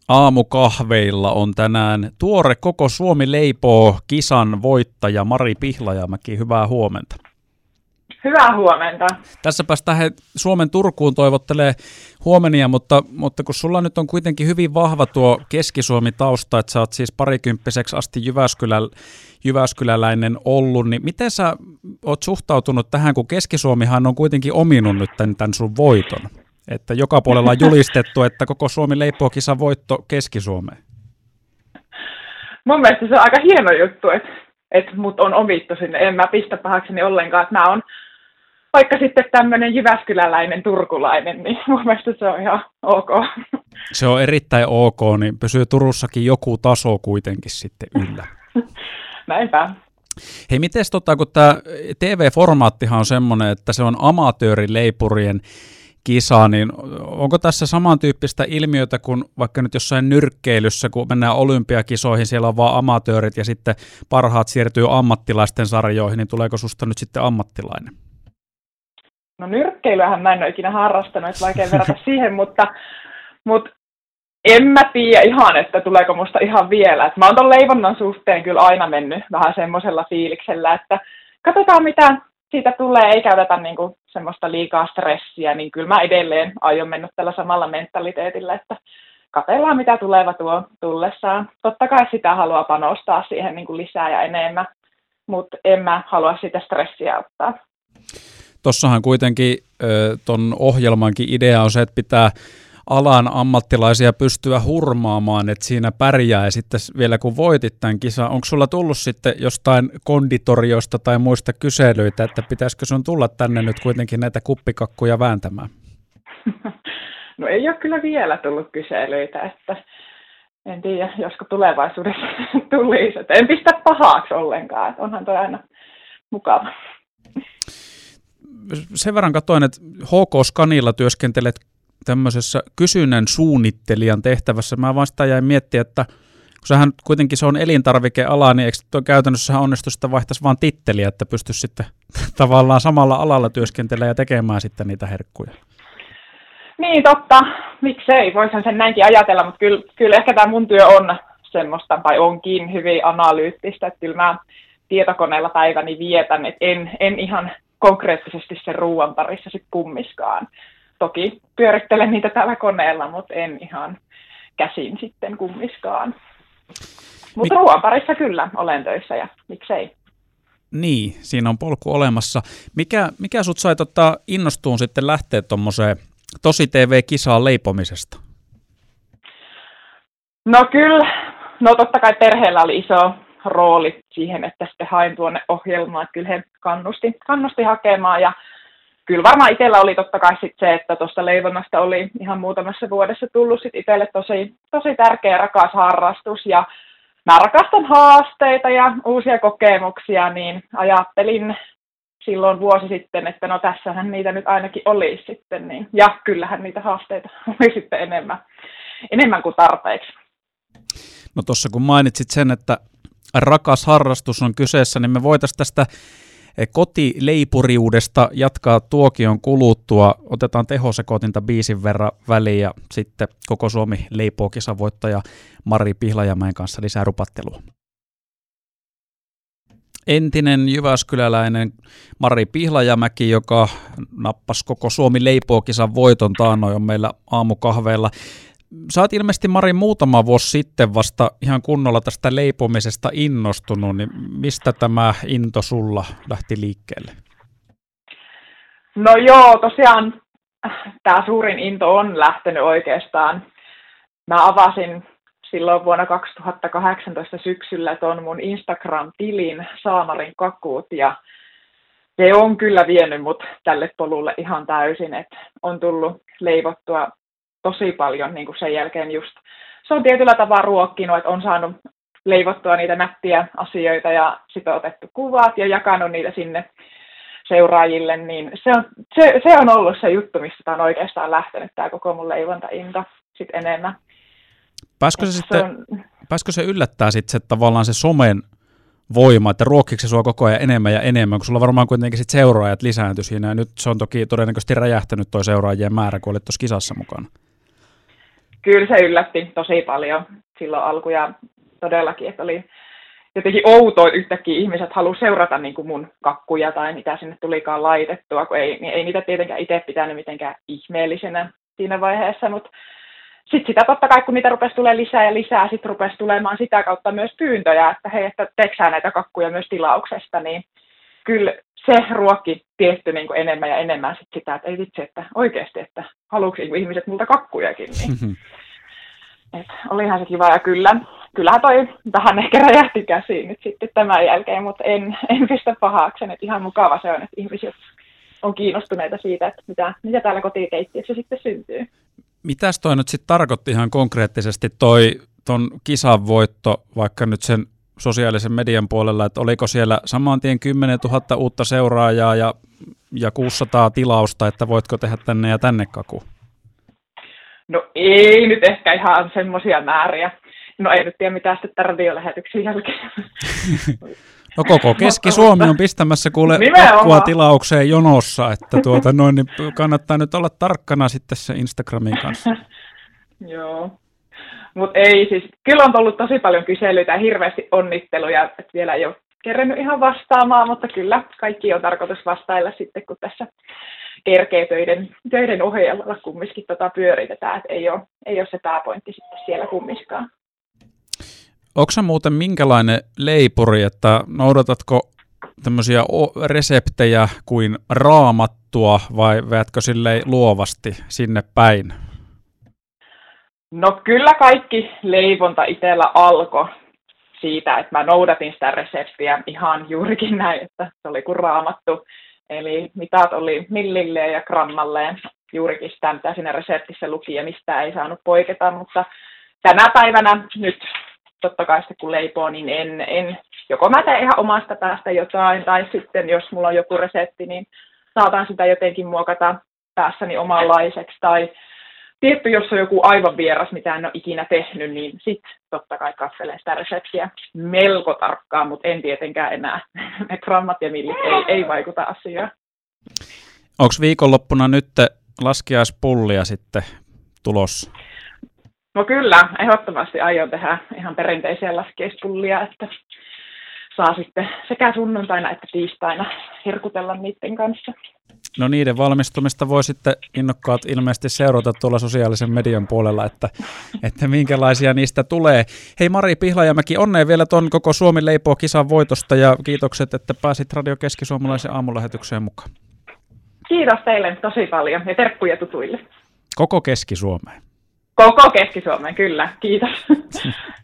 Aamukahveilla on tänään tuore Koko Suomi leipoo -kisan voittaja Mari Pihlajamäki. Hyvää huomenta. Hyvää huomenta. Tässä päästään Suomen Turkuun toivottelee huomenia, mutta kun sulla nyt on kuitenkin hyvin vahva tuo Keski-Suomi-tausta, että sä oot siis parikymppiseksi asti jyväskyläläinen ollut, niin miten sä oot suhtautunut tähän, kun Keski-Suomihan on kuitenkin ominut nyt tämän sun voiton? Että joka puolella on julistettu, että Koko Suomi leipoo -kisan voitto Keski-Suomeen. Mun mielestä se on aika hieno juttu, että mut on omittu sinne. En mä pistä pahakseni ollenkaan, että mä oon vaikka sitten tämmöinen jyväskyläläinen turkulainen, niin mun mielestä se on ihan ok. Se on erittäin ok, niin pysyy Turussakin joku taso kuitenkin sitten yllä. Näinpä. Hei, mites kun tämä TV-formaattihan on semmoinen, että se on amatöörileipurien kisa, niin onko tässä samantyyppistä ilmiötä kuin vaikka nyt jossain nyrkkeilyssä, kun mennään olympiakisoihin, siellä on vaan amatöörit ja sitten parhaat siirtyy ammattilaisten sarjoihin, niin tuleeko susta nyt sitten ammattilainen? No nyrkkeilyähän mä en ole ikinä harrastanut, että vaikea verrata siihen, mutta en mä tiedä ihan, että tuleeko musta ihan vielä. Et mä oon ton leivonnan suhteen kyllä aina mennyt vähän semmoisella fiiliksellä, että katsotaan mitä siitä tulee, ei käytetä niinku semmoista liikaa stressiä, niin kyllä mä edelleen aion mennä tällä samalla mentaliteetillä, että katsellaan mitä tuleva tuo tullessaan. Totta kai sitä haluaa panostaa siihen niinku lisää ja enemmän, mutta en mä halua sitä stressiä ottaa. Tossahan kuitenkin ton ohjelmankin idea on se, että pitää alan ammattilaisia pystyä hurmaamaan, että siinä pärjää, ja sitten vielä kun voitit tämän kisan, onko sulla tullut sitten jostain konditoriosta tai muista kyselyitä, että pitäisikö sun tulla tänne nyt kuitenkin näitä kuppikakkuja vääntämään? No ei ole kyllä vielä tullut kyselyitä, että en tiedä, josko tulevaisuudessa tulisi. En pistä pahaksi ollenkaan, että onhan toi aina mukava. Sen verran katsoin, että HK Scanilla työskentelet tämmöisessä kysynnän suunnittelijan tehtävässä. Mä vaan sitä jäin miettiä, että kun sähän kuitenkin se on elintarvikeala, niin eikö tuo käytännössä onnistu, että vaihtaisi vaan titteliä, että pystyisi sitten tavallaan samalla alalla työskentelemään ja tekemään sitten niitä herkkuja? Niin totta, miksei, voisin sen näinkin ajatella, mutta kyllä ehkä tämä mun työ on semmoista, tai onkin hyvin analyyttistä, että kyllä mä tietokoneella päiväni vietän, että en ihan konkreettisesti sen ruuan parissa sitten kummiskaan. Toki pyörittelen niitä tällä koneella, mutta en ihan käsin sitten kummiskaan. Mutta ruoan parissa kyllä olen töissä ja miksei. Niin, siinä on polku olemassa. Mikä sut sai innostuun sitten lähteä tuommoiseen Tosi TV-kisaan leipomisesta? No kyllä, totta kai perheellä oli iso rooli siihen, että sitten hain tuonne ohjelmaan, että kyllä he kannusti hakemaan ja kyllä varmaan itsellä oli totta kai sit se, että tuosta leivonnasta oli ihan muutamassa vuodessa tullut sit itselle tosi tärkeä rakas harrastus ja mä rakastan haasteita ja uusia kokemuksia, niin ajattelin silloin vuosi sitten, että no tässähän niitä nyt ainakin olisi sitten, niin, ja kyllähän niitä haasteita oli sitten enemmän kuin tarpeeksi. No tuossa kun mainitsit sen, että rakas harrastus on kyseessä, niin me voitaisiin tästä kotileipuriudesta jatkaa tuokion kuluttua. Otetaan tehosekoitinta biisin verran väliin ja sitten Koko Suomi leipoo -kisan voittaja Mari Pihlajamäen kanssa lisää rupattelua. Entinen jyväskyläläinen Mari Pihlajamäki, joka nappasi Koko Suomi leipoo -kisan voiton taannoin, on meillä aamukahveilla. Sä oot ilmeisesti, Mari, muutama vuosi sitten vasta ihan kunnolla tästä leipomisesta innostunut, niin mistä tämä into sulla lähti liikkeelle? No joo, tosiaan tämä suurin into on lähtenyt oikeastaan. Mä avasin silloin vuonna 2018 syksyllä tuon mun Instagram-tilin Saamarin kakut ja se on kyllä vienyt mut tälle polulle ihan täysin, että on tullut leivottua tosi paljon niin kuin sen jälkeen just. Se on tietyllä tavalla ruokkinut, että on saanut leivottua niitä nättiä asioita ja sitten on otettu kuvat ja jakanut niitä sinne seuraajille, niin se on ollut se juttu, mistä on oikeastaan lähtenyt tämä koko mun leivontainto sitten enemmän. Pääskö se yllättää sitten tavallaan se somen voima, että ruokkiko se sua koko ajan enemmän ja enemmän, kun sulla varmaan kuitenkin sit seuraajat lisääntyi siinä, ja nyt se on toki todennäköisesti räjähtänyt toi seuraajien määrä, kun olet tuossa kisassa mukana. kyllä se yllätti tosi paljon silloin alku ja todellakin, että oli jotenkin outoa yhtäkkiä ihmiset haluaa seurata niin kuin mun kakkuja tai mitä sinne tulikaan laitettua, kun ei niitä tietenkään itse pitänyt mitenkään ihmeellisenä siinä vaiheessa, mutta sitten sitä totta kai, kun niitä rupesi tulemaan lisää ja lisää, sitten rupesi tulemaan sitä kautta myös pyyntöjä, että hei, että teksää näitä kakkuja myös tilauksesta, niin kyllä se ruokki tietty niin kuin enemmän ja enemmän sit sitä, että ei vitsi, että oikeasti, että haluuks ihmiset multa kakkujakin, niin et olihan se kiva ja kyllähän toi vähän ehkä räjähti käsiin nyt sitten tämän jälkeen, mutta en pistä pahaakseni, että ihan mukava se on, että ihmiset on kiinnostuneita siitä, että mitä täällä kotikeittiössä sitten syntyy. Mitäs toi nyt sitten tarkoitti ihan konkreettisesti ton kisan voitto, vaikka nyt sen sosiaalisen median puolella, että oliko siellä saman tien 10 000 uutta seuraajaa ja 600 tilausta, että voitko tehdä tänne ja tänne kaku? No ei nyt ehkä ihan semmoisia määriä. No ei nyt tiedä mitään sitten radiolähetyksen jälkeen. No koko Keski-Suomi on pistämässä kuule kakkua tilaukseen jonossa, että niin kannattaa nyt olla tarkkana sitten se Instagramin kanssa. Joo, mutta ei siis, kyllä on tullut tosi paljon kyselyitä ja hirveästi onnitteluja, että vielä ei ole kerennyt ihan vastaamaan, mutta kyllä kaikki on tarkoitus vastailla sitten, kun tässä kerkee töiden ohjeella kumminkin pyöritetään, että ei ole se pääpointti sitten siellä kumminkaan. Onko sä muuten minkälainen leipuri, että noudatatko tämmöisiä reseptejä kuin raamattua vai veätkö silleen luovasti sinne päin? No kyllä kaikki leivonta itsellä alkoi siitä, että mä noudatin sitä reseptiä ihan juurikin näin, että se oli kuin raamattu. Eli mitat oli millilleen ja grammalleen juurikin sitä, mitä siinä reseptissä luki ja mistä ei saanut poiketa, mutta tänä päivänä nyt totta kai sitten kun leipoo, niin en joko mä teen ihan omasta päästä jotain, tai sitten jos mulla on joku resepti, niin saatan sitä jotenkin muokata päässäni omanlaiseksi, tai tietty, jos on joku aivan vieras, mitä en ole ikinä tehnyt, niin sitten totta kai katselen sitä reseptiä melko tarkkaan, mutta en tietenkään enää. Ne grammat ja millit ei vaikuta asiaan. Onko viikonloppuna nyt laskiaispullia sitten tulossa? No kyllä, ehdottomasti aion tehdä ihan perinteisiä laskiaispullia, että saa sitten sekä sunnuntaina että tiistaina herkutella niiden kanssa. No niiden valmistumista voi sitten innokkaat ilmeisesti seurata tuolla sosiaalisen median puolella, että minkälaisia niistä tulee. Hei Mari Pihlajamäki, onnea vielä ton koko Suomi leipoo -kisan voitosta ja kiitokset, että pääsit Radio Keski-Suomalaisen aamulähetykseen mukaan. Kiitos teille tosi paljon ja terkkuja tutuille. Koko Keski-Suomeen. Koko Keski-Suomeen, kyllä. Kiitos.